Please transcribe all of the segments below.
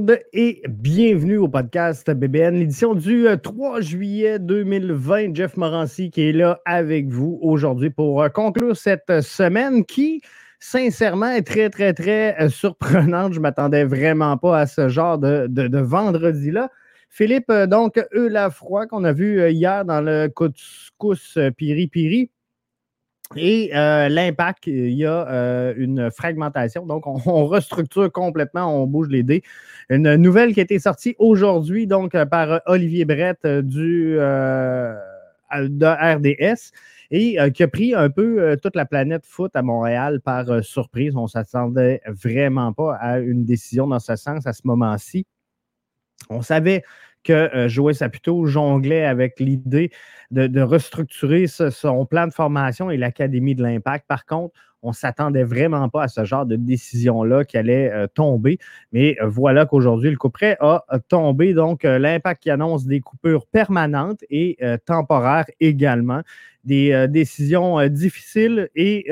monde et bienvenue au podcast BBN, l'édition du 3 juillet 2020. Jeff Morancy qui est là avec vous aujourd'hui pour conclure cette semaine qui, sincèrement, est très, très, très surprenante. Je ne m'attendais vraiment pas à ce genre de vendredi-là. Philippe, donc, Lafroy, qu'on a vu hier dans le couscous Piri-Piri. Et l'impact, il y a une fragmentation. Donc, on restructure complètement, on bouge les dés. Une nouvelle qui a été sortie aujourd'hui, donc, par Olivier Brett de RDS et qui a pris un peu toute la planète foot à Montréal par surprise. On ne s'attendait vraiment pas à une décision dans ce sens à ce moment-ci. On savait que Joël Saputo jonglait avec l'idée de restructurer son plan de formation et l'Académie de l'Impact. Par contre, on ne s'attendait vraiment pas à ce genre de décision-là qui allait tomber. Mais voilà qu'aujourd'hui, le coup près a tombé. Donc, l'Impact qui annonce des coupures permanentes et temporaires également. Des décisions difficiles et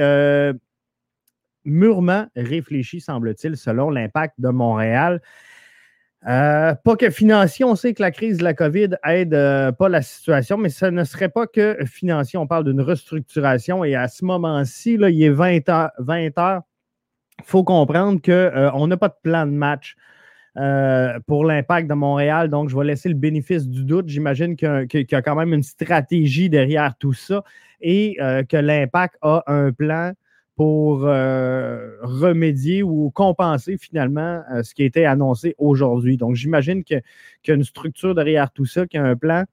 mûrement réfléchies, semble-t-il, selon l'Impact de Montréal. Pas que financier, on sait que la crise de la COVID aide pas la situation, mais ce ne serait pas que financier. On parle d'une restructuration et à ce moment-ci, là, il est 20 heures. Il faut comprendre qu'on n'a pas de plan de match pour l'Impact de Montréal. Donc, je vais laisser le bénéfice du doute. J'imagine qu'il y a quand même une stratégie derrière tout ça et que l'Impact a un plan pour remédier ou compenser finalement ce qui a été annoncé aujourd'hui. Donc, j'imagine qu'il y a une structure derrière tout ça, qu'il y a un plan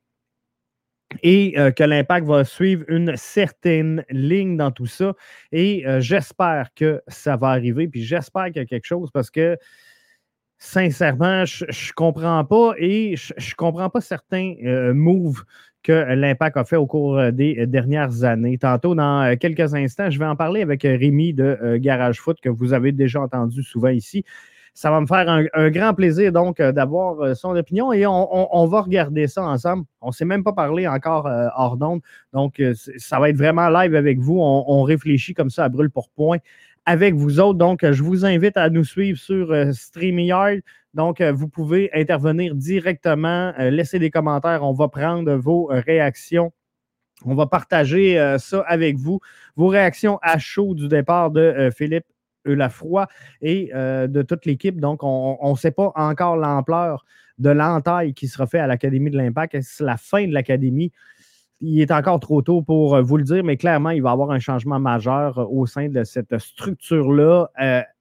et que l'Impact va suivre une certaine ligne dans tout ça. Et j'espère que ça va arriver, puis j'espère qu'il y a quelque chose parce que sincèrement, je ne comprends pas et je ne comprends pas certains moves que l'Impact a fait au cours des dernières années. Tantôt, dans quelques instants, je vais en parler avec Rémi de Garage Foot, que vous avez déjà entendu souvent ici. Ça va me faire un grand plaisir, donc, d'avoir son opinion et on va regarder ça ensemble. On ne s'est même pas parlé encore hors d'onde, donc ça va être vraiment live avec vous. On réfléchit comme ça à brûle pour point avec vous autres. Donc, je vous invite à nous suivre sur StreamYard. Donc, vous pouvez intervenir directement, laisser des commentaires. On va prendre vos réactions. On va partager ça avec vous. Vos réactions à chaud du départ de Philippe Lafroy et de toute l'équipe. Donc, on ne sait pas encore l'ampleur de l'entaille qui sera fait à l'Académie de l'Impact. C'est la fin de l'Académie. Il est encore trop tôt pour vous le dire, mais clairement, il va y avoir un changement majeur au sein de cette structure-là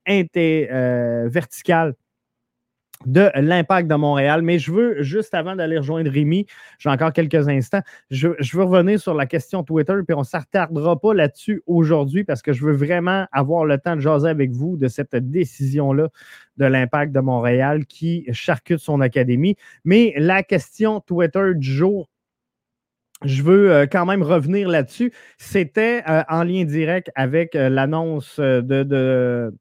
verticale de l'Impact de Montréal. Mais je veux, juste avant d'aller rejoindre Rémi, j'ai encore quelques instants, je veux revenir sur la question Twitter, puis on ne s'attardera pas là-dessus aujourd'hui parce que je veux vraiment avoir le temps de jaser avec vous de cette décision-là de l'Impact de Montréal qui charcute son académie. Mais la question Twitter du jour, je veux quand même revenir là-dessus. C'était en lien direct avec l'annonce de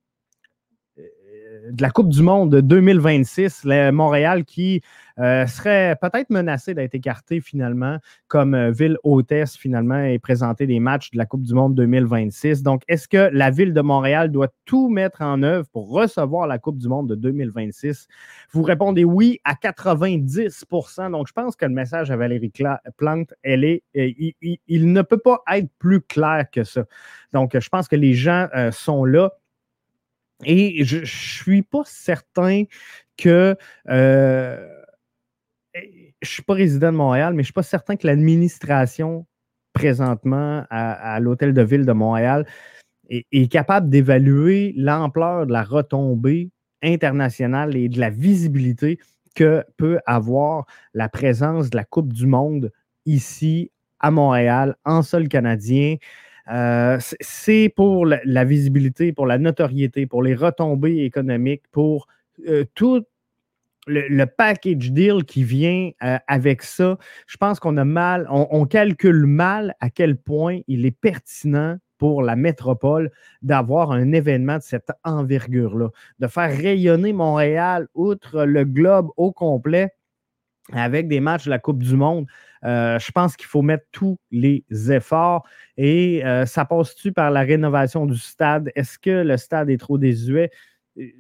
la Coupe du Monde 2026, Montréal qui serait peut-être menacé d'être écarté finalement comme ville hôtesse finalement et présenter des matchs de la Coupe du Monde 2026. Donc, est-ce que la ville de Montréal doit tout mettre en œuvre pour recevoir la Coupe du Monde de 2026? Vous répondez oui à 90%. Donc, je pense que le message à Valérie Plante, il ne peut pas être plus clair que ça. Donc, je pense que les gens sont là. Et je ne suis pas certain que... je ne suis pas résident de Montréal, mais je ne suis pas certain que l'administration présentement à l'Hôtel de Ville de Montréal est capable d'évaluer l'ampleur de la retombée internationale et de la visibilité que peut avoir la présence de la Coupe du Monde ici à Montréal, en sol canadien. C'est pour la visibilité, pour la notoriété, pour les retombées économiques, pour tout le package deal qui vient avec ça. Je pense qu'on a mal, on calcule mal à quel point il est pertinent pour la métropole d'avoir un événement de cette envergure-là, de faire rayonner Montréal outre le globe au complet avec des matchs de la Coupe du Monde. Je pense qu'il faut mettre tous les efforts et ça passe-tu par la rénovation du stade? Est-ce que le stade est trop désuet?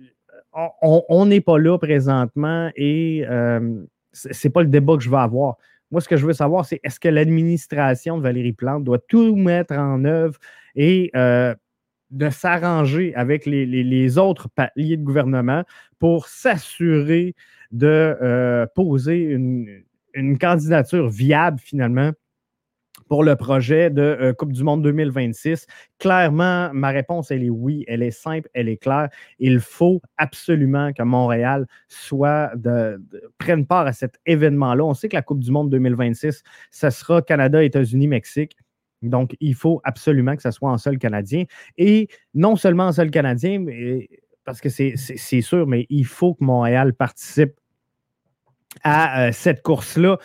on n'est pas là présentement et c'est pas le débat que je veux avoir. Moi, ce que je veux savoir, c'est est-ce que l'administration de Valérie Plante doit tout mettre en œuvre et de s'arranger avec les autres paliers de gouvernement pour s'assurer de poser une candidature viable, finalement, pour le projet de Coupe du Monde 2026. Clairement, ma réponse, elle est oui. Elle est simple, elle est claire. Il faut absolument que Montréal prenne part à cet événement-là. On sait que la Coupe du Monde 2026, ce sera Canada, États-Unis, Mexique. Donc, il faut absolument que ce soit en sol canadien. Et non seulement en sol canadien, mais, parce que c'est sûr, mais il faut que Montréal participe à cette course-là.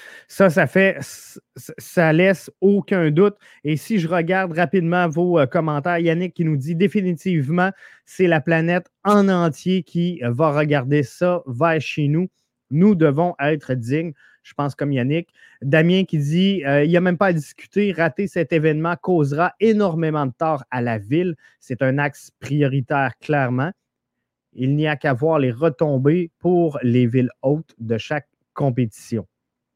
Ça laisse aucun doute. Et si je regarde rapidement vos commentaires, Yannick qui nous dit définitivement, c'est la planète en entier qui va regarder ça vers chez nous. Nous devons être dignes. Je pense comme Yannick. Damien qui dit il n'y a même pas à discuter. Rater cet événement causera énormément de tort à la ville. C'est un axe prioritaire, clairement. Il n'y a qu'à voir les retombées pour les villes hautes de chaque compétition.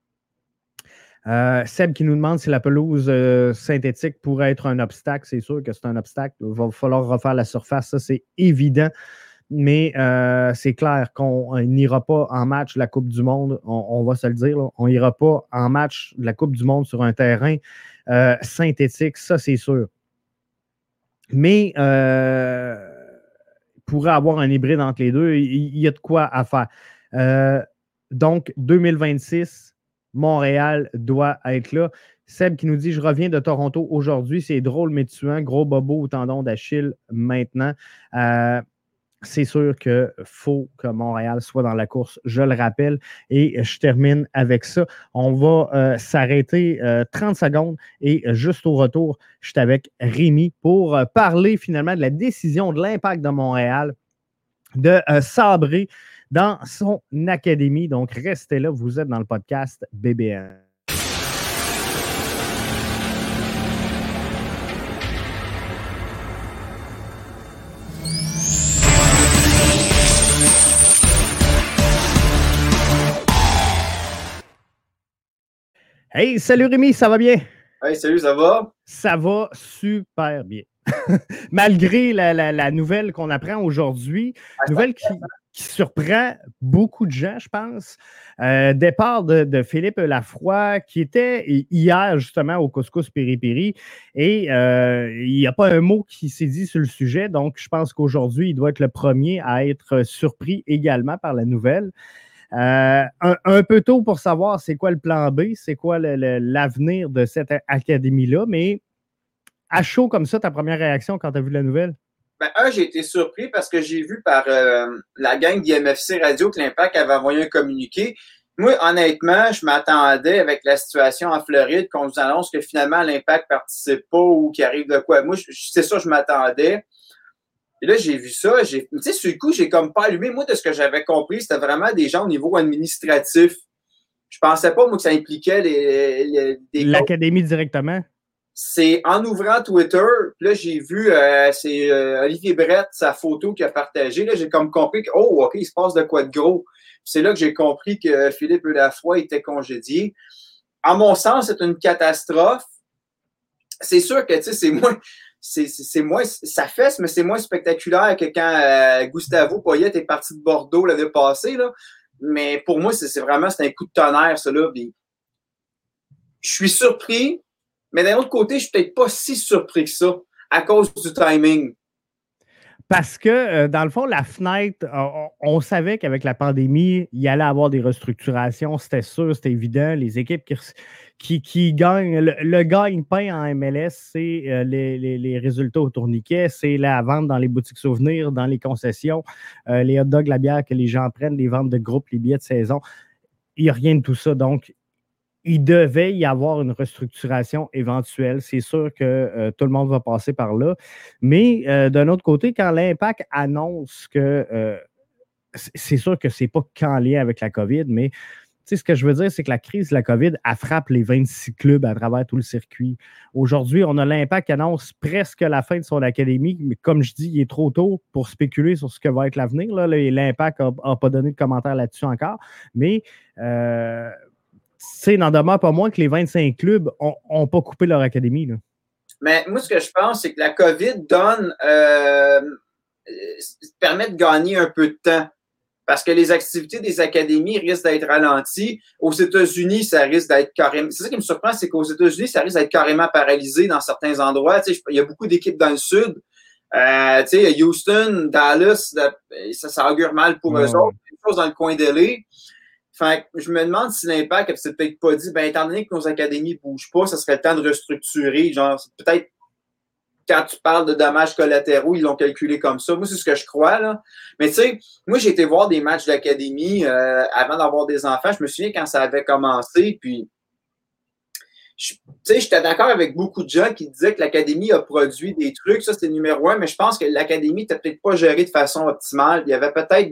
Seb qui nous demande si la pelouse synthétique pourrait être un obstacle. C'est sûr que c'est un obstacle. Il va falloir refaire la surface. Ça, c'est évident. Mais c'est clair qu'on n'ira pas en match de la Coupe du Monde. On va se le dire. Là. On n'ira pas en match de la Coupe du Monde sur un terrain synthétique. Ça, c'est sûr. Mais il pourrait avoir un hybride entre les deux. Il y a de quoi à faire. Donc, 2026, Montréal doit être là. Seb qui nous dit « Je reviens de Toronto aujourd'hui. C'est drôle, mais tuant. Gros bobo au tendon d'Achille maintenant. » C'est sûr qu'il faut que Montréal soit dans la course, je le rappelle. Et je termine avec ça. On va s'arrêter 30 secondes et juste au retour, je suis avec Rémi pour parler finalement de la décision de l'Impact de Montréal de sabrer dans son académie. Donc, restez là, vous êtes dans le podcast BBN. Hey, salut Rémi, ça va bien? Hey, salut, ça va? Ça va super bien. Malgré la nouvelle qu'on apprend aujourd'hui, nouvelle qui surprend beaucoup de gens, je pense. Départ de Philippe Lafroy, qui était hier justement au Couscous Piri-Piri, et il n'y a pas un mot qui s'est dit sur le sujet, donc je pense qu'aujourd'hui, il doit être le premier à être surpris également par la nouvelle. Un peu tôt pour savoir c'est quoi le plan B, c'est quoi l'avenir de cette académie-là, mais à chaud comme ça, ta première réaction quand tu as vu la nouvelle? Ben, j'ai été surpris parce que j'ai vu par la gang d'IMFC Radio que l'Impact avait envoyé un communiqué. Moi, honnêtement, je m'attendais avec la situation en Floride qu'on nous annonce que finalement l'Impact ne participe pas ou qu'il arrive de quoi. Moi, c'est ça, je m'attendais. Et là, j'ai vu ça. Tu sais, sur le coup, j'ai comme pas allumé. Moi, de ce que j'avais compris, c'était vraiment des gens au niveau administratif. Je pensais pas, moi, que ça impliquait l'académie directement. C'est en ouvrant Twitter, là, j'ai vu, c'est Olivier Brett, sa photo qu'il a partagée. Là, j'ai comme compris que, oh, OK, il se passe de quoi de gros. C'est là que j'ai compris que Philippe Lafroy était congédié. À mon sens, c'est une catastrophe. C'est sûr que, tu sais, c'est moins, ça fesse, mais c'est moins spectaculaire que quand Gustavo Poyet est parti de Bordeaux l'année passée, là. Mais pour moi, c'est un coup de tonnerre, ça, là. Puis, je suis surpris. Mais d'un autre côté, je suis peut-être pas si surpris que ça à cause du timing. Parce que, dans le fond, la fenêtre, on savait qu'avec la pandémie, il y allait avoir des restructurations. C'était sûr, c'était évident. Les équipes qui gagnent, le gagne-pain en MLS, c'est les résultats au tourniquet, c'est la vente dans les boutiques souvenirs, dans les concessions, les hot dogs, la bière que les gens prennent, les ventes de groupe, les billets de saison. Il n'y a rien de tout ça. Donc, il devait y avoir une restructuration éventuelle. C'est sûr que tout le monde va passer par là. Mais d'un autre côté, quand l'Impact annonce que c'est sûr que ce n'est pas qu'en lien avec la COVID, mais sais, ce que je veux dire, c'est que la crise de la COVID, elle frappe les 26 clubs à travers tout le circuit. Aujourd'hui, on a l'Impact qui annonce presque la fin de son académie, mais comme je dis, il est trop tôt pour spéculer sur ce que va être l'avenir. Là. L'Impact n'a pas donné de commentaire là-dessus encore, mais n'en demeure pas moins que les 25 clubs n'ont pas coupé leur académie. Là. Mais moi, ce que je pense, c'est que la COVID permet de gagner un peu de temps. Parce que les activités des académies risquent d'être ralenties. Aux États-Unis, ça risque d'être carrément... C'est ça qui me surprend, c'est qu'aux États-Unis, ça risque d'être carrément paralysé dans certains endroits. Tu sais, il y a beaucoup d'équipes dans le sud. Tu sais, Houston, Dallas, ça augure mal pour eux autres. Des choses dans le coin d'LA. Fait que je me demande si l'Impact a peut-être pas dit, étant donné que nos académies ne bougent pas, ça serait le temps de restructurer. Genre, peut-être quand tu parles de dommages collatéraux, ils l'ont calculé comme ça. Moi, c'est ce que je crois, là. Mais tu sais, moi, j'ai été voir des matchs d'académie avant d'avoir des enfants. Je me souviens quand ça avait commencé, puis tu sais, j'étais d'accord avec beaucoup de gens qui disaient que l'académie a produit des trucs. Ça, c'était numéro 1, mais je pense que l'académie n'était peut-être pas gérée de façon optimale. Il y avait peut-être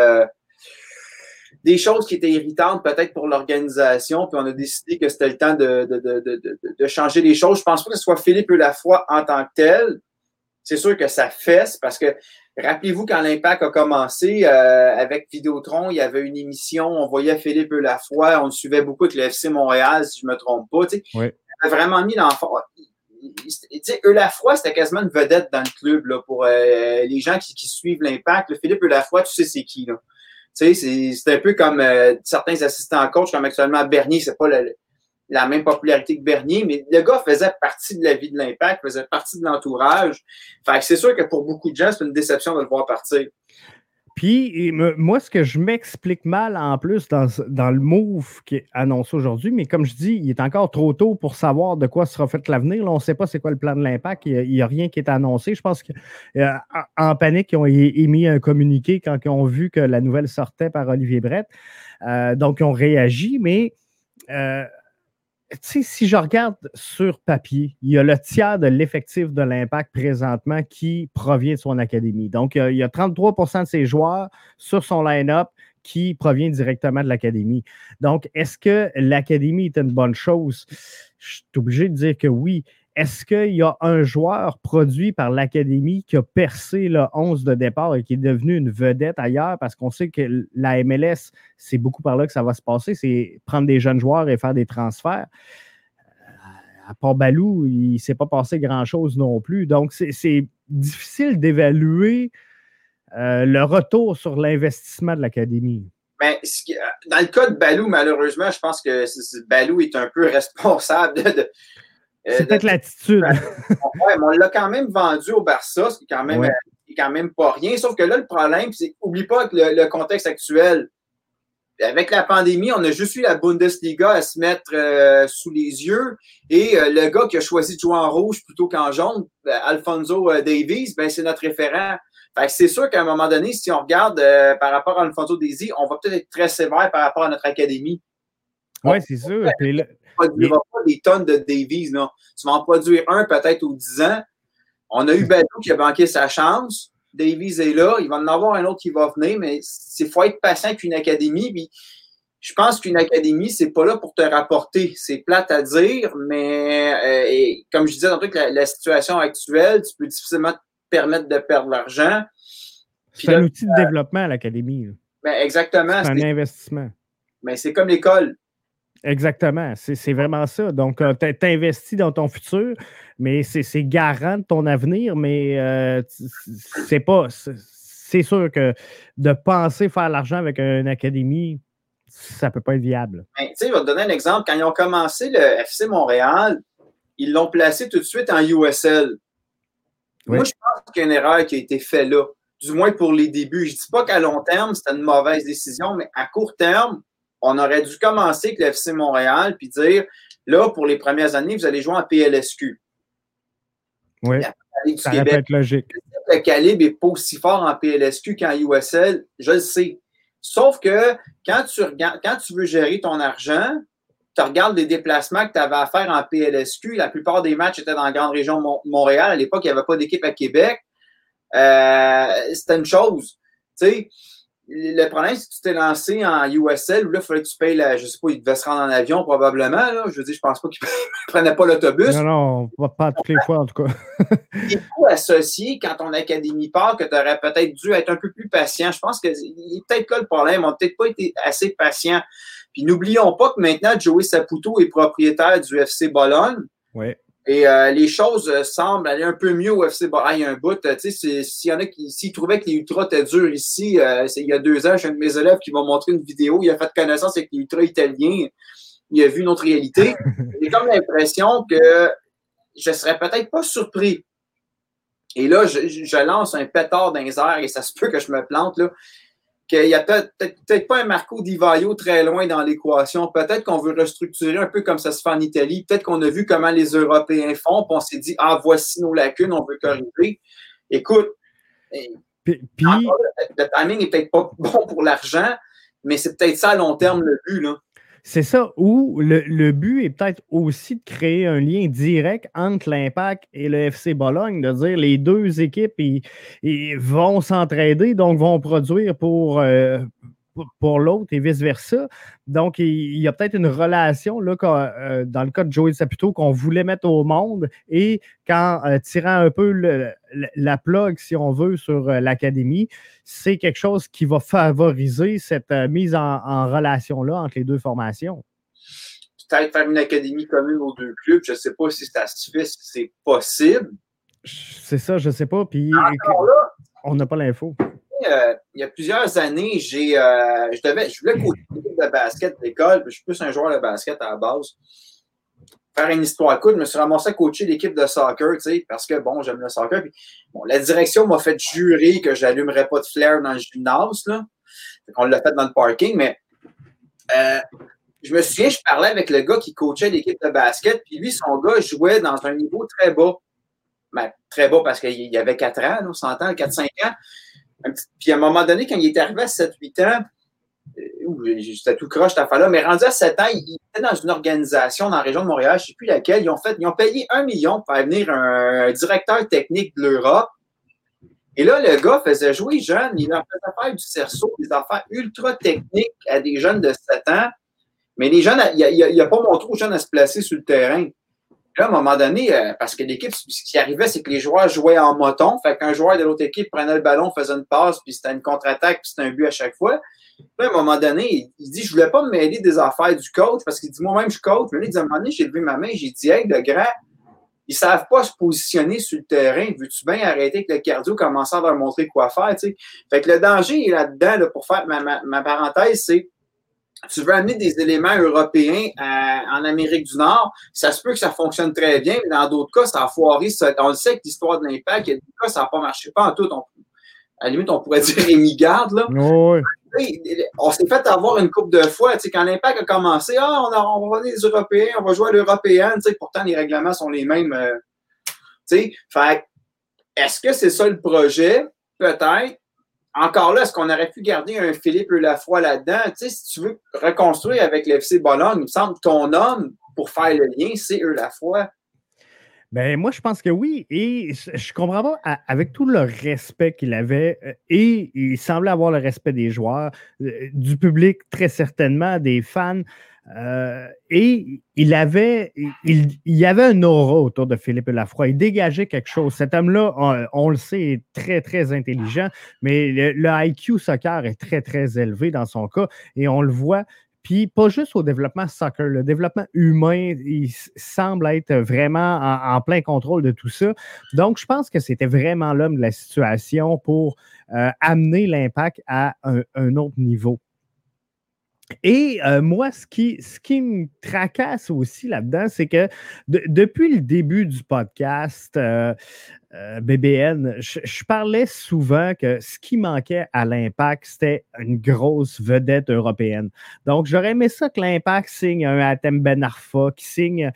des choses qui étaient irritantes peut-être pour l'organisation, puis on a décidé que c'était le temps de changer les choses. Je pense pas que ce soit Philippe Lafroy en tant que tel. C'est sûr que ça fesse, parce que rappelez-vous quand l'Impact a commencé avec Vidéotron, il y avait une émission, on voyait Philippe Lafroy, on le suivait beaucoup avec le FC Montréal, si je me trompe pas. Tu sais, oui. Il avait vraiment mis l'enfant. Lafroy, c'était quasiment une vedette dans le club là, pour les gens qui suivent l'Impact. Philippe Lafroy, tu sais c'est qui, là. Tu sais, c'est un peu comme certains assistants coach, comme actuellement Bernier, c'est pas la même popularité que Bernier, mais le gars faisait partie de la vie de l'Impact, faisait partie de l'entourage. Fait que c'est sûr que pour beaucoup de gens, c'est une déception de le voir partir. Puis, moi, ce que je m'explique mal en plus dans le move qui est annoncé aujourd'hui, mais comme je dis, il est encore trop tôt pour savoir de quoi sera fait l'avenir. Là, on ne sait pas c'est quoi le plan de l'Impact. Il n'y a rien qui est annoncé. Je pense qu'en panique, ils ont émis un communiqué quand ils ont vu que la nouvelle sortait par Olivier Brett. Donc, ils ont réagi, mais tu sais, si je regarde sur papier, il y a le tiers de l'effectif de l'Impact présentement qui provient de son académie. Donc, il y a 33% de ses joueurs sur son line-up qui provient directement de l'académie. Donc, est-ce que l'académie est une bonne chose? Je suis obligé de dire que oui. Est-ce qu'il y a un joueur produit par l'académie qui a percé le 11 de départ et qui est devenu une vedette ailleurs? Parce qu'on sait que la MLS, c'est beaucoup par là que ça va se passer, c'est prendre des jeunes joueurs et faire des transferts. À part Balou, il ne s'est pas passé grand-chose non plus. Donc, c'est difficile d'évaluer le retour sur l'investissement de l'académie. Ben, dans le cas de Balou, malheureusement, je pense que Balou est un peu responsable de c'est peut-être l'attitude. Ouais, mais on l'a quand même vendu au Barça, ce qui est quand même pas rien. Sauf que là, le problème, c'est oublie pas que le contexte actuel, avec la pandémie, on a juste eu la Bundesliga à se mettre sous les yeux. Et le gars qui a choisi de jouer en rouge plutôt qu'en jaune, Alphonso Davies, ben, c'est notre référent. Fait que c'est sûr qu'à un moment donné, si on regarde par rapport à Alphonso Davies, on va peut-être être très sévère par rapport à notre académie. Oui, c'est sûr. Tu ne produiras pas des tonnes de Davies. Non. Tu vas en produire un peut-être aux 10 ans. On a eu Badou qui a banqué sa chance. Davies est là. Il va en avoir un autre qui va venir, mais il faut être patient avec une académie. Puis, je pense qu'une académie, c'est pas là pour te rapporter. C'est plate à dire, mais comme je disais dans la situation actuelle, tu peux difficilement te permettre de perdre de l'argent. C'est un outil de développement à l'académie. Ben, exactement. C'est un investissement. Mais c'est comme l'école. Exactement, c'est vraiment ça. Donc, tu investis dans ton futur, mais c'est garant de ton avenir, mais c'est sûr que de penser faire l'argent avec une académie, ça ne peut pas être viable. Tu sais, je vais te donner un exemple. Quand ils ont commencé le FC Montréal, ils l'ont placé tout de suite en USL. Oui. Moi, je pense qu'il y a une erreur qui a été faite là, du moins pour les débuts. Je ne dis pas qu'à long terme, c'était une mauvaise décision, mais à court terme, on aurait dû commencer avec le FC Montréal puis dire, là, pour les premières années, vous allez jouer en PLSQ. Oui, ça aurait pu être logique. Le calibre n'est pas aussi fort en PLSQ qu'en USL, je le sais. Sauf que quand tu veux gérer ton argent, tu regardes les déplacements que tu avais à faire en PLSQ. La plupart des matchs étaient dans la grande région de Montréal. À l'époque, il n'y avait pas d'équipe à Québec. C'était une chose. Tu sais, le problème, c'est que tu t'es lancé en USL, où là, il fallait que tu payes je sais pas, il devait se rendre en avion probablement. Là. Je veux dire, je pense pas qu'il ne prenait pas l'autobus. Non, pas toutes les fois, en tout cas. Les coûts associés, quand ton académie part, que tu aurais peut-être dû être un peu plus patient. Je pense qu'il est peut-être là le problème. On n'a peut-être pas été assez patient. Puis n'oublions pas que maintenant, Joey Saputo est propriétaire du FC Bologne. Oui. Et les choses semblent aller un peu mieux au FC Bologne. Il y a un bout, tu sais, s'il y en a s'ils trouvaient que les ultras étaient durs ici, il y a 2 ans, j'ai un de mes élèves qui m'a montré une vidéo, il a fait connaissance avec les ultras italiens, il a vu une autre réalité. J'ai comme l'impression que je serais peut-être pas surpris. Et là, je lance un pétard dans les airs et ça se peut que je me plante, là. Qu'il n'y a peut-être pas un Marco Di Vaio très loin dans l'équation. Peut-être qu'on veut restructurer un peu comme ça se fait en Italie. Peut-être qu'on a vu comment les Européens font, puis on s'est dit, voici nos lacunes, on veut corriger. Écoute, le timing n'est peut-être pas bon pour l'argent, mais c'est peut-être ça à long terme le but, là. C'est ça, où le but est peut-être aussi de créer un lien direct entre l'Impact et le FC Bologne, de dire les deux équipes ils vont s'entraider, donc vont produire pour l'autre et vice-versa. Donc, il y a peut-être une relation, là, dans le cas de Joey Saputo, qu'on voulait mettre au monde et qu'en tirant un peu la plug, si on veut, sur l'académie, c'est quelque chose qui va favoriser cette mise en relation-là entre les deux formations. Peut-être faire une académie commune aux deux clubs. Je ne sais pas si c'est possible. C'est ça, je ne sais pas. Puis, on n'a pas l'info. Il y a plusieurs années, je voulais coacher l'équipe de basket de l'école. Je suis plus un joueur de basket à la base. Faire une histoire courte, je me suis ramassé à coacher l'équipe de soccer, tu sais, parce que, bon, j'aime le soccer. Puis, bon, la direction m'a fait jurer que je n'allumerais pas de flair dans le gymnase, là. On l'a fait dans le parking, mais je me souviens, je parlais avec le gars qui coachait l'équipe de basket, puis lui, son gars jouait dans un niveau très bas. Ben, très bas parce qu'il avait 4 ans, là, on s'entend, 4-5 ans. Puis à un moment donné, quand il est arrivé à 7-8 ans, j'étais tout croche cette affaire-là, mais rendu à 7 ans, il était dans une organisation dans la région de Montréal, je ne sais plus laquelle, ils ont payé 1 million pour faire venir un directeur technique de l'Europe. Et là, le gars faisait jouer jeune, il leur faisait faire du cerceau, des affaires ultra techniques à des jeunes de 7 ans. Mais les jeunes, il n'a pas montré aux jeunes à se placer sur le terrain. Là, à un moment donné, parce que l'équipe, ce qui arrivait, c'est que les joueurs jouaient en moton. Fait qu'un joueur de l'autre équipe prenait le ballon, faisait une passe, puis c'était une contre-attaque, puis c'était un but à chaque fois. Puis à un moment donné, il dit, je voulais pas me mêler des affaires du coach, parce qu'il dit, moi-même, je coach. Mais là, il dit, à un moment donné, j'ai levé ma main, j'ai dit, hey, le grand, ils savent pas se positionner sur le terrain. Veux-tu bien arrêter avec le cardio, commencer à leur montrer quoi faire, tu sais? Fait que le danger est là-dedans, là, pour faire ma parenthèse, c'est tu veux amener des éléments européens en Amérique du Nord, ça se peut que ça fonctionne très bien, mais dans d'autres cas, ça a foiré. On le sait que l'histoire de l'Impact, il y a des cas, ça n'a pas marché, pas en tout. À la limite, on pourrait dire Rémi Garde, là. Oh, oui. On s'est fait avoir une couple de fois. Tu sais, quand l'Impact a commencé, on va venir les Européens, on va jouer à l'européenne. Tu sais, pourtant, les règlements sont les mêmes. Tu sais, fait est-ce que c'est ça le projet? Peut-être. Encore là, est-ce qu'on aurait pu garder un Philippe Lafroy là-dedans? Tu sais, si tu veux reconstruire avec l'FC Bologne, il me semble que ton homme, pour faire le lien, c'est Lafroy. Ben, moi, je pense que oui. Et je comprends pas, avec tout le respect qu'il avait, et il semblait avoir le respect des joueurs, du public, très certainement, des fans. Et il y avait un aura autour de Philippe Lafroy. Il dégageait quelque chose. Cet homme-là, on le sait, est très, très intelligent, mais le IQ soccer est très, très élevé dans son cas, et on le voit. Puis pas juste au développement soccer, le développement humain, il semble être vraiment en plein contrôle de tout ça. Donc, je pense que c'était vraiment l'homme de la situation pour amener l'Impact à un autre niveau. Et moi, ce qui me tracasse aussi là-dedans, c'est que depuis le début du podcast, BBN, je parlais souvent que ce qui manquait à l'Impact, c'était une grosse vedette européenne. Donc, j'aurais aimé ça que l'Impact signe un Hatem Ben Arfa, qui signe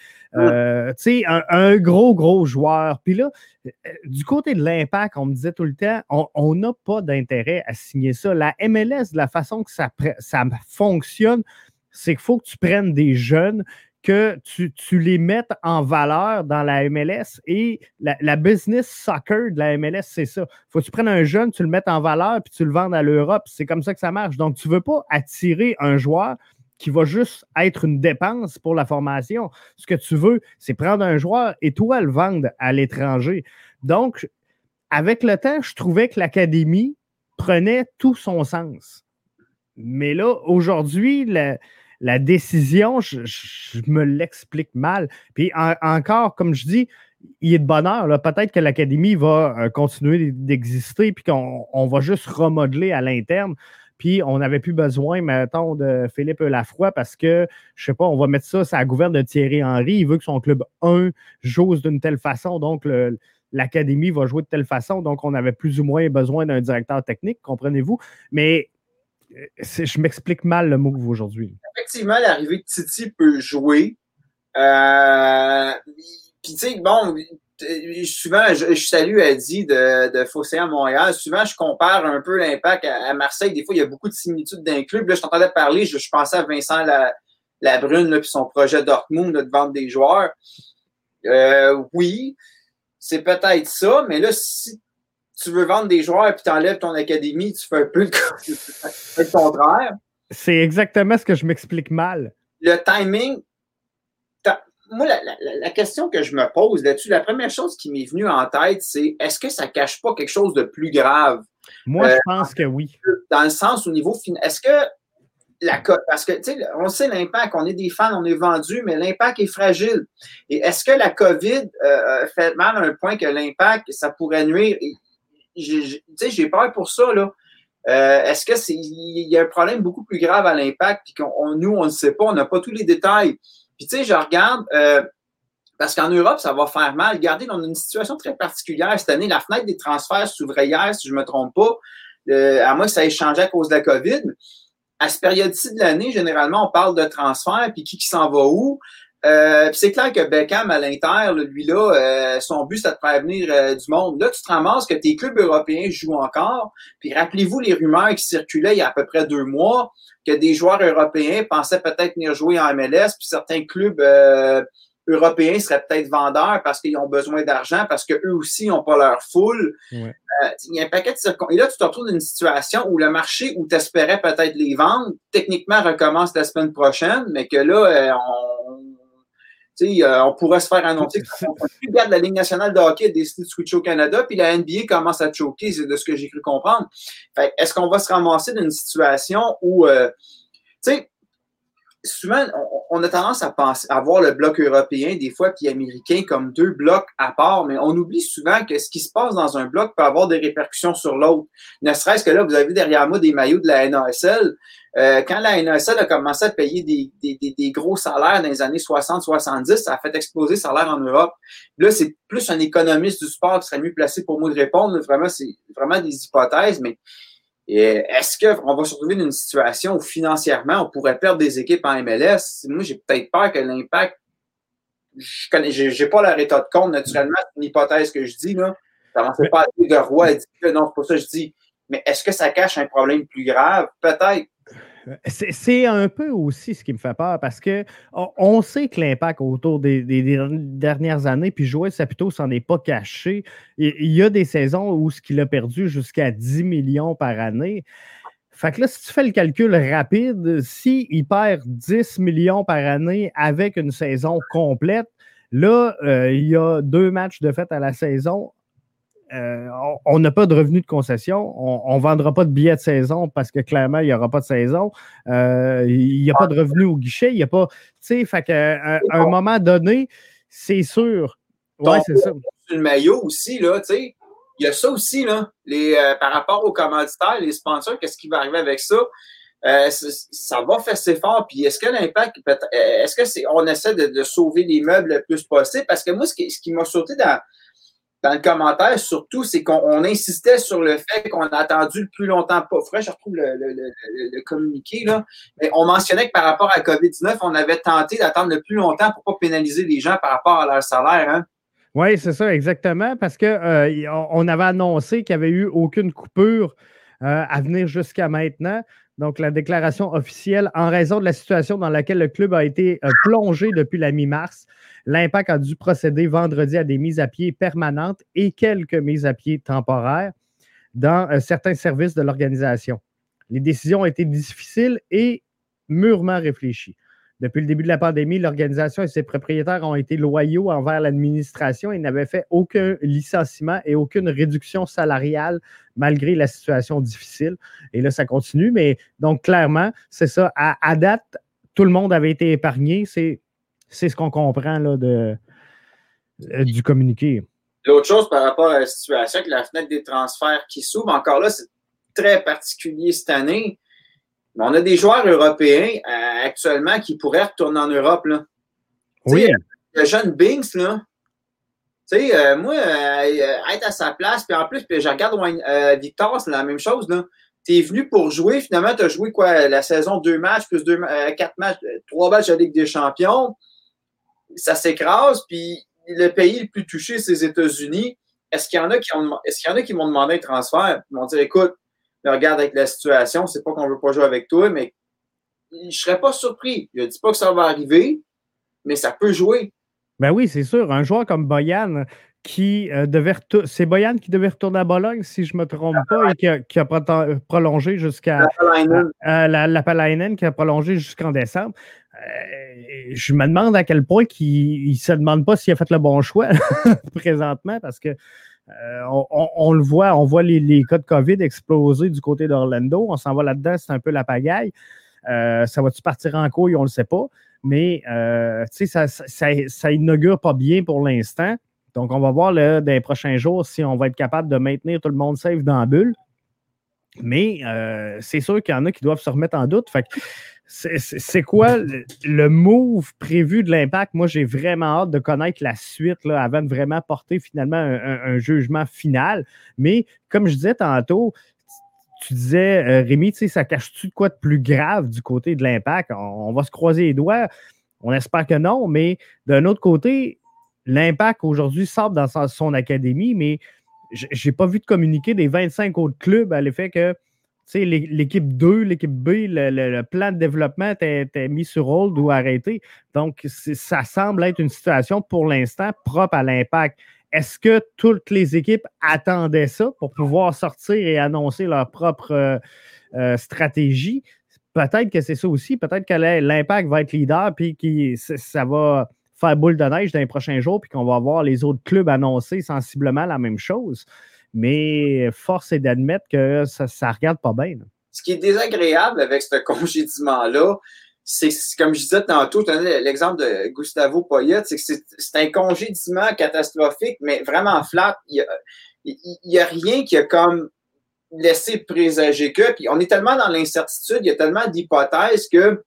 un gros joueur. Puis là, du côté de l'Impact, on me disait tout le temps, on n'a pas d'intérêt à signer ça. La MLS, de la façon que ça fonctionne, c'est qu'il faut que tu prennes des jeunes que tu les mettes en valeur dans la MLS et la business soccer de la MLS, c'est ça. Faut que tu prennes un jeune, tu le mettes en valeur puis tu le vendes à l'Europe. C'est comme ça que ça marche. Donc, tu ne veux pas attirer un joueur qui va juste être une dépense pour la formation. Ce que tu veux, c'est prendre un joueur et toi le vendre à l'étranger. Donc, avec le temps, je trouvais que l'académie prenait tout son sens. Mais là, aujourd'hui, la décision, je me l'explique mal. Puis encore, comme je dis, il est de bonne heure. Là. Peut-être que l'académie va continuer d'exister puis qu'on va juste remodeler à l'interne. Puis on n'avait plus besoin, mettons, de Philippe Lafroy parce que, je sais pas, on va mettre ça à la gouverne de Thierry Henry. Il veut que son club 1 joue d'une telle façon. Donc, l'académie va jouer de telle façon. Donc, on avait plus ou moins besoin d'un directeur technique, comprenez-vous. Mais je m'explique mal le move aujourd'hui. Effectivement, l'arrivée de Titi peut jouer. Puis, tu sais, bon, souvent, je salue Adi de Fossé à Montréal. Souvent, je compare un peu l'Impact à Marseille. Des fois, il y a beaucoup de similitudes d'un club. Là, je t'entendais parler, je pensais à Vincent Labrune, puis son projet Dortmund de vendre des joueurs. Oui, c'est peut-être ça, mais là, si tu veux vendre des joueurs et tu enlèves ton académie, tu fais un peu le contraire. C'est exactement ce que je m'explique mal. Le timing, moi, la question que je me pose là-dessus, la première chose qui m'est venue en tête, c'est est-ce que ça ne cache pas quelque chose de plus grave? Moi, je pense que oui. Dans le sens au niveau est-ce que parce que, tu sais, on sait l'Impact, on est des fans, on est vendus, mais l'Impact est fragile. Et est-ce que la COVID fait mal à un point que l'Impact, ça pourrait nuire? Tu sais, j'ai peur pour ça, là. Est-ce que il y a un problème beaucoup plus grave à l'Impact, puis nous, on ne sait pas, on n'a pas tous les détails. Puis, tu sais, je regarde, parce qu'en Europe, ça va faire mal. Regardez, on a une situation très particulière cette année. La fenêtre des transferts s'ouvrait hier, si je ne me trompe pas, à moins que ça ait changé à cause de la COVID. À cette période-ci de l'année, généralement, on parle de transfert, puis qui s'en va où. Puis c'est clair que Beckham, à l'Inter, lui, son but, c'est de faire venir du monde. Là, tu te ramasses que tes clubs européens jouent encore. Puis rappelez-vous les rumeurs qui circulaient il y a à peu près 2 mois, que des joueurs européens pensaient peut-être venir jouer en MLS, puis certains clubs européens seraient peut-être vendeurs parce qu'ils ont besoin d'argent, parce qu'eux aussi n'ont pas leur foule. Ouais. Il y a un paquet de circonstances. Et là, tu te retrouves dans une situation où le marché où tu espérais peut-être les vendre, techniquement recommence la semaine prochaine, mais que là, on pourrait se faire annoncer que ça ne plus. Regarde, la Ligue nationale de hockey a décidé de switcher au Canada, puis la NBA commence à choquer, c'est de ce que j'ai cru comprendre. Fait, est-ce qu'on va se ramasser dans une situation où, tu sais, souvent, on a tendance à penser, à voir le bloc européen, des fois, puis américain, comme 2 blocs à part, mais on oublie souvent que ce qui se passe dans un bloc peut avoir des répercussions sur l'autre. Ne serait-ce que là, vous avez vu derrière moi des maillots de la NASL. Quand la NASL a commencé à payer des gros salaires dans les années 60-70, ça a fait exploser le salaire en Europe. Là, c'est plus un économiste du sport qui serait mieux placé pour moi de répondre. Vraiment, c'est vraiment des hypothèses, mais est-ce qu'on va se retrouver dans une situation où financièrement, on pourrait perdre des équipes en MLS? Moi, j'ai peut-être peur que l'Impact, j'ai pas la réta de compte, naturellement, c'est une hypothèse que je dis, là. Ça ne pas à dire de Roy et dire que non, c'est pas ça que je dis. Mais est-ce que ça cache un problème plus grave? Peut-être. C'est un peu aussi ce qui me fait peur parce qu'on sait que l'Impact autour des dernières années, puis Joël Saputo s'en est pas caché. Il y a des saisons où ce qu'il a perdu jusqu'à 10 millions par année. Fait que là, si tu fais le calcul rapide, s'il perd 10 millions par année avec une saison complète, là, il y a 2 matchs de fête à la saison. On n'a pas de revenus de concession. On ne vendra pas de billets de saison parce que clairement, il n'y aura pas de saison. Il n'y a pas de revenus au guichet. Il n'y a pas. Tu sais, fait qu'à un moment donné, c'est sûr. Ouais, c'est ça. Le maillot aussi, là, tu sais. Il y a ça aussi, là. Par rapport aux commanditaires, les sponsors, qu'est-ce qui va arriver avec ça? Ça va fesser fort. Puis est-ce que l'Impact, est-ce que on essaie de sauver les meubles le plus possible? Parce que moi, ce qui m'a sauté dans le commentaire, surtout, c'est qu'on insistait sur le fait qu'on a attendu le plus longtemps. Faudrait que je retrouve le communiqué, là. Mais on mentionnait que par rapport à la COVID-19, on avait tenté d'attendre le plus longtemps pour ne pas pénaliser les gens par rapport à leur salaire, hein? Oui, c'est ça, exactement, parce qu'on avait annoncé qu'il n'y avait eu aucune coupure à venir jusqu'à maintenant. Donc, la déclaration officielle, en raison de la situation dans laquelle le club a été plongé depuis la mi-mars, l'Impact a dû procéder vendredi à des mises à pied permanentes et quelques mises à pied temporaires dans certains services de l'organisation. Les décisions ont été difficiles et mûrement réfléchies. Depuis le début de la pandémie, l'organisation et ses propriétaires ont été loyaux envers l'administration et n'avaient fait aucun licenciement et aucune réduction salariale malgré la situation difficile. Et là, ça continue. Mais donc, clairement, c'est ça. À date, tout le monde avait été épargné. C'est ce qu'on comprend là, du communiqué. L'autre chose par rapport à la situation avec la fenêtre des transferts qui s'ouvre, encore là, c'est très particulier cette année. Mais on a des joueurs européens actuellement qui pourraient retourner en Europe. Là. Oui. Le jeune Binks, là, moi, être à sa place, puis en plus, puis je regarde Victor, c'est la même chose. Tu es venu pour jouer, finalement, tu as joué quoi, la saison 2 matchs, plus 4 matchs, 3 matchs de Ligue des Champions. Ça s'écrase, puis le pays le plus touché, c'est les États-Unis. Est-ce qu'il y en a qui m'ont demandé un transfert? Ils m'ont dit, écoute, regarde avec la situation, c'est pas qu'on veut pas jouer avec toi, mais je serais pas surpris. Je dis pas que ça va arriver, mais ça peut jouer. Ben oui, c'est sûr. Un joueur comme Boyan qui c'est Boyan qui devait retourner à Bologne, si je ne me trompe pas, et qui a prolongé jusqu'à la Palainen qui a prolongé jusqu'en décembre. Je me demande à quel point il ne se demande pas s'il a fait le bon choix présentement, parce que on le voit, on voit les cas de COVID exploser du côté d'Orlando. On s'en va là-dedans, c'est un peu la pagaille. Ça va-tu partir en couille? On ne le sait pas. Mais ça inaugure pas bien pour l'instant. Donc, on va voir là, dans les prochains jours si on va être capable de maintenir tout le monde safe dans la bulle. Mais c'est sûr qu'il y en a qui doivent se remettre en doute. Fait que c'est quoi le move prévu de l'Impact? Moi, j'ai vraiment hâte de connaître la suite là, avant de vraiment porter finalement un jugement final. Mais comme je disais tantôt, tu disais, Rémi, ça cache-tu de quoi de plus grave du côté de l'Impact? On va se croiser les doigts. On espère que non, mais d'un autre côté, l'Impact aujourd'hui sort dans son académie, mais je n'ai pas vu de communiqué des 25 autres clubs à l'effet que l'équipe 2, l'équipe B, le plan de développement était mis sur hold ou arrêté. Donc, ça semble être une situation pour l'instant propre à l'Impact. Est-ce que toutes les équipes attendaient ça pour pouvoir sortir et annoncer leur propre stratégie? Peut-être que c'est ça aussi. Peut-être que l'Impact va être leader puis que ça va faire boule de neige dans les prochains jours puis qu'on va voir les autres clubs annoncer sensiblement la même chose. Mais force est d'admettre que ça ne regarde pas bien. Là. Ce qui est désagréable avec ce congédiement-là, c'est comme je disais tantôt, je donnais l'exemple de Gustavo Poyet, c'est que c'est un congédiement catastrophique, mais vraiment flat. Il y a rien qui a comme laissé présager que. Puis on est tellement dans l'incertitude, il y a tellement d'hypothèses que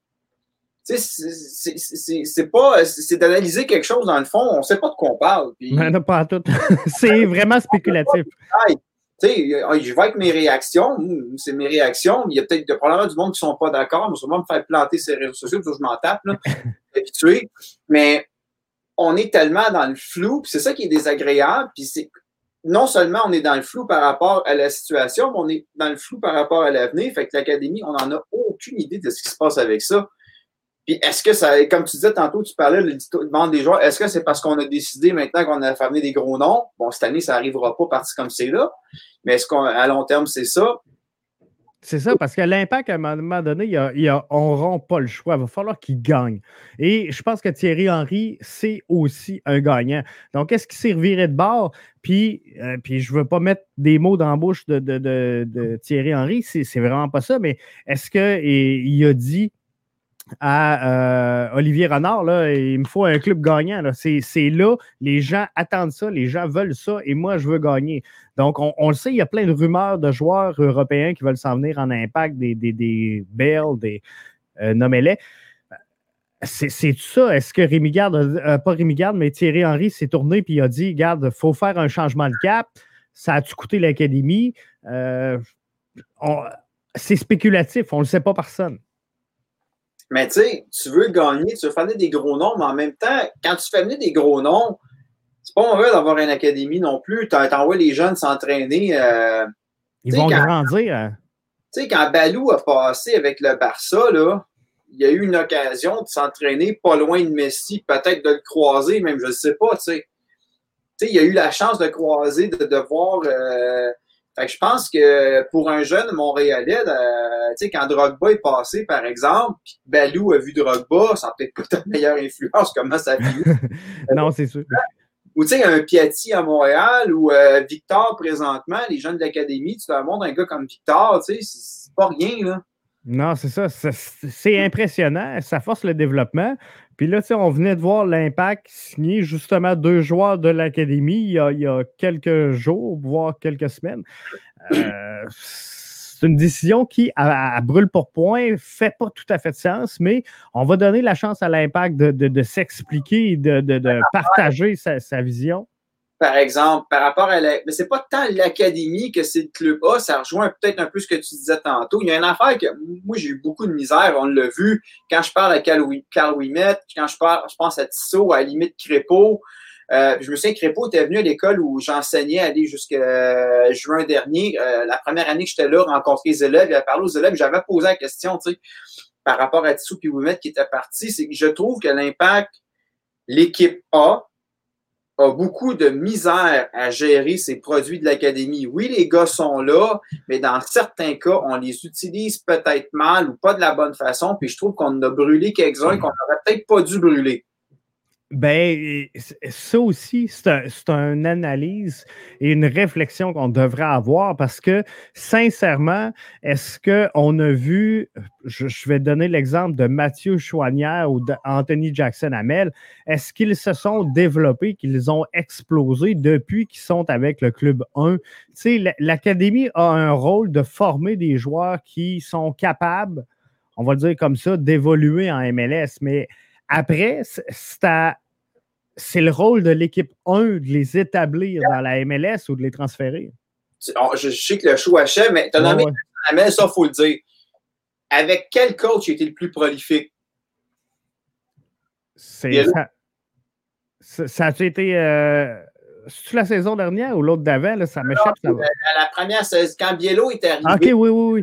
c'est d'analyser quelque chose dans le fond, on ne sait pas de quoi on parle. Puis, non, pas à tout. C'est vraiment spéculatif. Je vais avec mes réactions, c'est mes réactions, mais il y a peut-être probablement du monde qui ne sont pas d'accord, mais sûrement me faire planter ces réseaux sociaux, parce que je m'en tape, là, habitué. Mais on est tellement dans le flou, puis c'est ça qui est désagréable, puis c'est non seulement on est dans le flou par rapport à la situation, mais on est dans le flou par rapport à l'avenir. Fait que l'Académie, on n'en a aucune idée de ce qui se passe avec ça. Puis est-ce que ça, comme tu disais tantôt, tu parlais de demande des joueurs, est-ce que c'est parce qu'on a décidé maintenant qu'on a fait venir des gros noms? Bon, cette année, ça n'arrivera pas parti comme c'est là, mais est-ce qu'à long terme, c'est ça? C'est ça, parce que l'Impact, à un moment donné, ils n'auront pas le choix. Il va falloir qu'ils gagnent. Et je pense que Thierry Henry, c'est aussi un gagnant. Donc, est-ce qu'il s'est reviré de bord? Puis je ne veux pas mettre des mots dans la bouche de Thierry Henry, c'est vraiment pas ça, mais est-ce qu'il a dit à Olivier Renard, là, il me faut un club gagnant. Là. C'est là, les gens attendent ça, les gens veulent ça, et moi, je veux gagner. Donc, on le sait, il y a plein de rumeurs de joueurs européens qui veulent s'en venir en Impact, des Bell, des nommez-les. C'est tout ça. Est-ce que Rémi Garde, pas Rémi Garde, mais Thierry Henry s'est tourné et il a dit, regarde, il faut faire un changement de cap. Ça a-tu coûté l'Académie? C'est spéculatif, on ne le sait pas personne. Mais tu sais, tu veux gagner, tu veux faire des gros noms, mais en même temps, quand tu fais venir des gros noms, c'est pas mauvais d'avoir une académie non plus. Tu envoies les jeunes s'entraîner. Ils vont grandir. Tu sais, quand Balou a passé avec le Barça, là, il y a eu une occasion de s'entraîner pas loin de Messi, peut-être de le croiser, même, je ne sais pas, tu sais. Tu sais, il a eu la chance de croiser, de voir. Fait que je pense que pour un jeune Montréalais, tu sais, quand Drogba est passé, par exemple, puis Balou a vu Drogba, ça n'a peut-être pas ta meilleure influence, comment ça finit. Non, c'est sûr. Ou tu sais, un Piatti à Montréal ou Victor présentement, les jeunes de l'académie, tu leur montres un gars comme Victor, tu sais, c'est pas rien, là. Non, c'est ça. C'est impressionnant. Ça force le développement. Puis là, tu sais, on venait de voir l'Impact signer justement 2 joueurs de l'Académie il y a quelques jours, voire quelques semaines. C'est une décision qui, à brûle pour point, fait pas tout à fait de sens, mais on va donner la chance à l'Impact de s'expliquer et de partager sa vision. Par exemple, par rapport à la. Mais c'est pas tant l'académie que c'est le club A, ça rejoint peut-être un peu ce que tu disais tantôt. Il y a une affaire que moi j'ai eu beaucoup de misère, on l'a vu, quand je parle à Carl Ouimet, quand je pense à Tissot, à la limite Crépeau. Je me souviens que Crépeau était venu à l'école où j'enseignais aller jusqu'à juin dernier. La première année que j'étais là, rencontrer les élèves, il a parlé aux élèves, j'avais posé la question, tu sais, par rapport à Tissot et Ouimet qui était parti. C'est que je trouve que l'Impact, l'équipe A, a beaucoup de misère à gérer ses produits de l'académie. Oui, les gars sont là, mais dans certains cas, on les utilise peut-être mal ou pas de la bonne façon, puis je trouve qu'on a brûlé quelques-uns qu'on n'aurait peut-être pas dû brûler. Ben, ça aussi, c'est une analyse et une réflexion qu'on devrait avoir parce que, sincèrement, est-ce qu'on a vu, je vais donner l'exemple de Mathieu Chouanière ou d'Anthony Jackson-Hamel, est-ce qu'ils se sont développés, qu'ils ont explosé depuis qu'ils sont avec le Club 1? Tu sais, l'Académie a un rôle de former des joueurs qui sont capables, on va le dire comme ça, d'évoluer en MLS, mais après, c'est le rôle de l'équipe 1 de les établir dans la MLS ou de les transférer. Je sais que le show achève, mais tu as nommé Hamel, ça, il faut le dire. Avec quel coach a été le plus prolifique? Ça a été. C'est-tu la saison dernière ou l'autre d'avant? Ça m'échappe. La première saison, quand Biello est arrivé. OK, oui.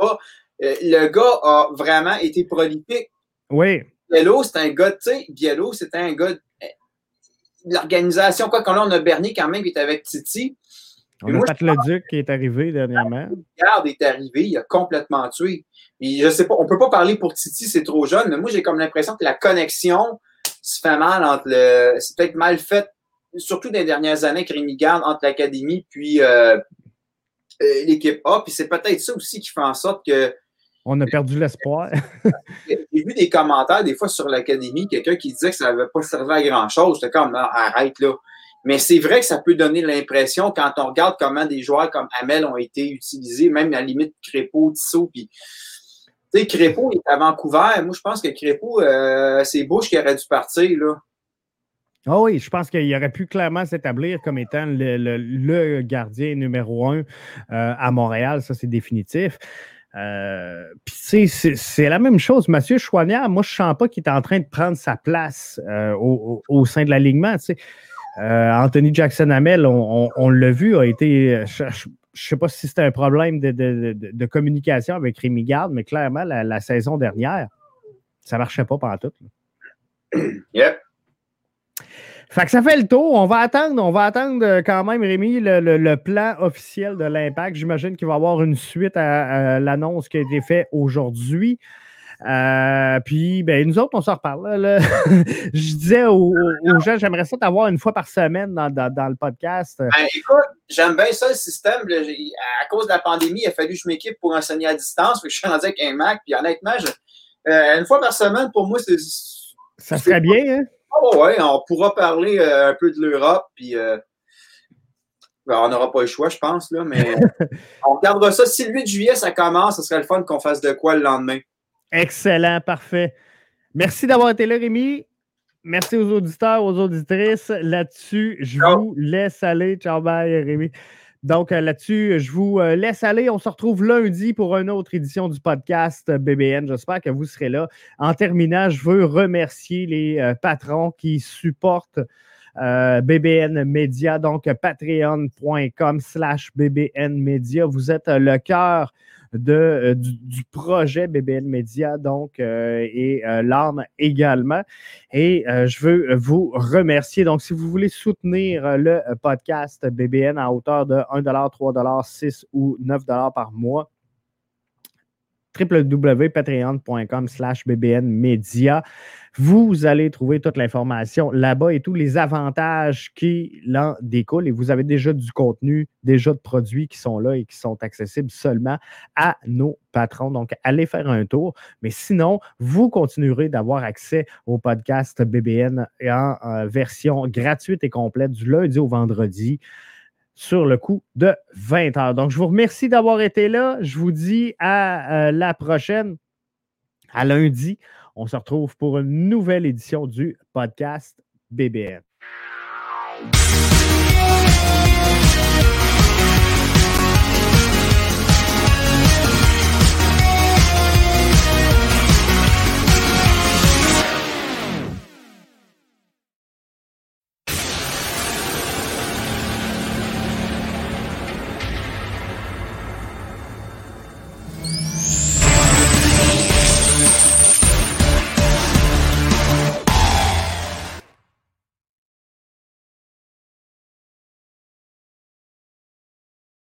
Le gars a vraiment été prolifique. Oui. Biello, c'est un gars, tu sais, Biello, c'était un gars de l'organisation. Quoi qu'on a Bernier quand même qui est avec Titi. On a Pat Leduc qui est arrivé dernièrement. Regarde est arrivé, il a complètement tué. Et je sais pas, on peut pas parler pour Titi, c'est trop jeune, mais moi j'ai comme l'impression que la connexion se fait mal entre c'est peut-être mal fait, surtout dans les dernières années, que Rémi Garde entre l'académie puis l'équipe A. Puis c'est peut-être ça aussi qui fait en sorte que on a perdu l'espoir. J'ai vu des commentaires des fois sur l'académie, quelqu'un qui disait que ça n'avait pas servi à grand-chose. J'étais comme, non, arrête là. Mais c'est vrai que ça peut donner l'impression quand on regarde comment des joueurs comme Hamel ont été utilisés, même à la limite Crépeau, Tissot. Puis, tu sais, Crépeau est à Vancouver. Moi, je pense que Crépeau, c'est Bush qui aurait dû partir, là. Ah oui, je pense qu'il aurait pu clairement s'établir comme étant le gardien numéro 1 à Montréal. Ça, c'est définitif. Puis, tu sais, c'est la même chose. Mathieu Chouanière, moi, je ne sens pas qu'il est en train de prendre sa place au sein de l'alignement. Tu sais. Anthony Jackson-Hamel, on l'a vu, a été. Je ne sais pas si c'était un problème de communication avec Rémi Garde, mais clairement, la saison dernière, ça ne marchait pas pendant tout. Yep. Fait que ça fait le tour. On va attendre quand même, Rémi, le plan officiel de l'Impact. J'imagine qu'il va y avoir une suite à l'annonce qui a été faite aujourd'hui. Puis, ben, nous autres, on s'en reparle. Là. Je disais aux gens, j'aimerais ça t'avoir une fois par semaine dans le podcast. Ben, écoute, j'aime bien ça, le système. À cause de la pandémie, il a fallu que je m'équipe pour enseigner à distance. Je suis rendu avec un Mac. Puis honnêtement, une fois par semaine, pour moi, ça serait bien, hein? Oh ouais, on pourra parler un peu de l'Europe, puis on n'aura pas le choix, je pense, là, mais on regardera ça. Si le 8 juillet, ça commence, ce serait le fun qu'on fasse de quoi le lendemain. Excellent, parfait. Merci d'avoir été là, Rémi. Merci aux auditeurs, aux auditrices. Là-dessus, je vous laisse aller. Ciao, bye, Rémi. Donc, là-dessus, je vous laisse aller. On se retrouve lundi pour une autre édition du podcast BBN. J'espère que vous serez là. En terminant, je veux remercier les patrons qui supportent BBN Media, donc patreon.com/BBN Media. Vous êtes le cœur du projet BBN Media, donc, et l'âme également. Et je veux vous remercier. Donc, si vous voulez soutenir le podcast BBN à hauteur de 1 $, 3 $, 6 ou 9 $ par mois, www.patreon.com/bbnmedia. Vous allez trouver toute l'information là-bas et tous les avantages qui en découlent. Et vous avez déjà du contenu, déjà de produits qui sont là et qui sont accessibles seulement à nos patrons. Donc, allez faire un tour. Mais sinon, vous continuerez d'avoir accès au podcast BBN en version gratuite et complète du lundi au vendredi, sur le coup de 20 heures. Donc, je vous remercie d'avoir été là. Je vous dis à la prochaine, à lundi. On se retrouve pour une nouvelle édition du podcast BBN.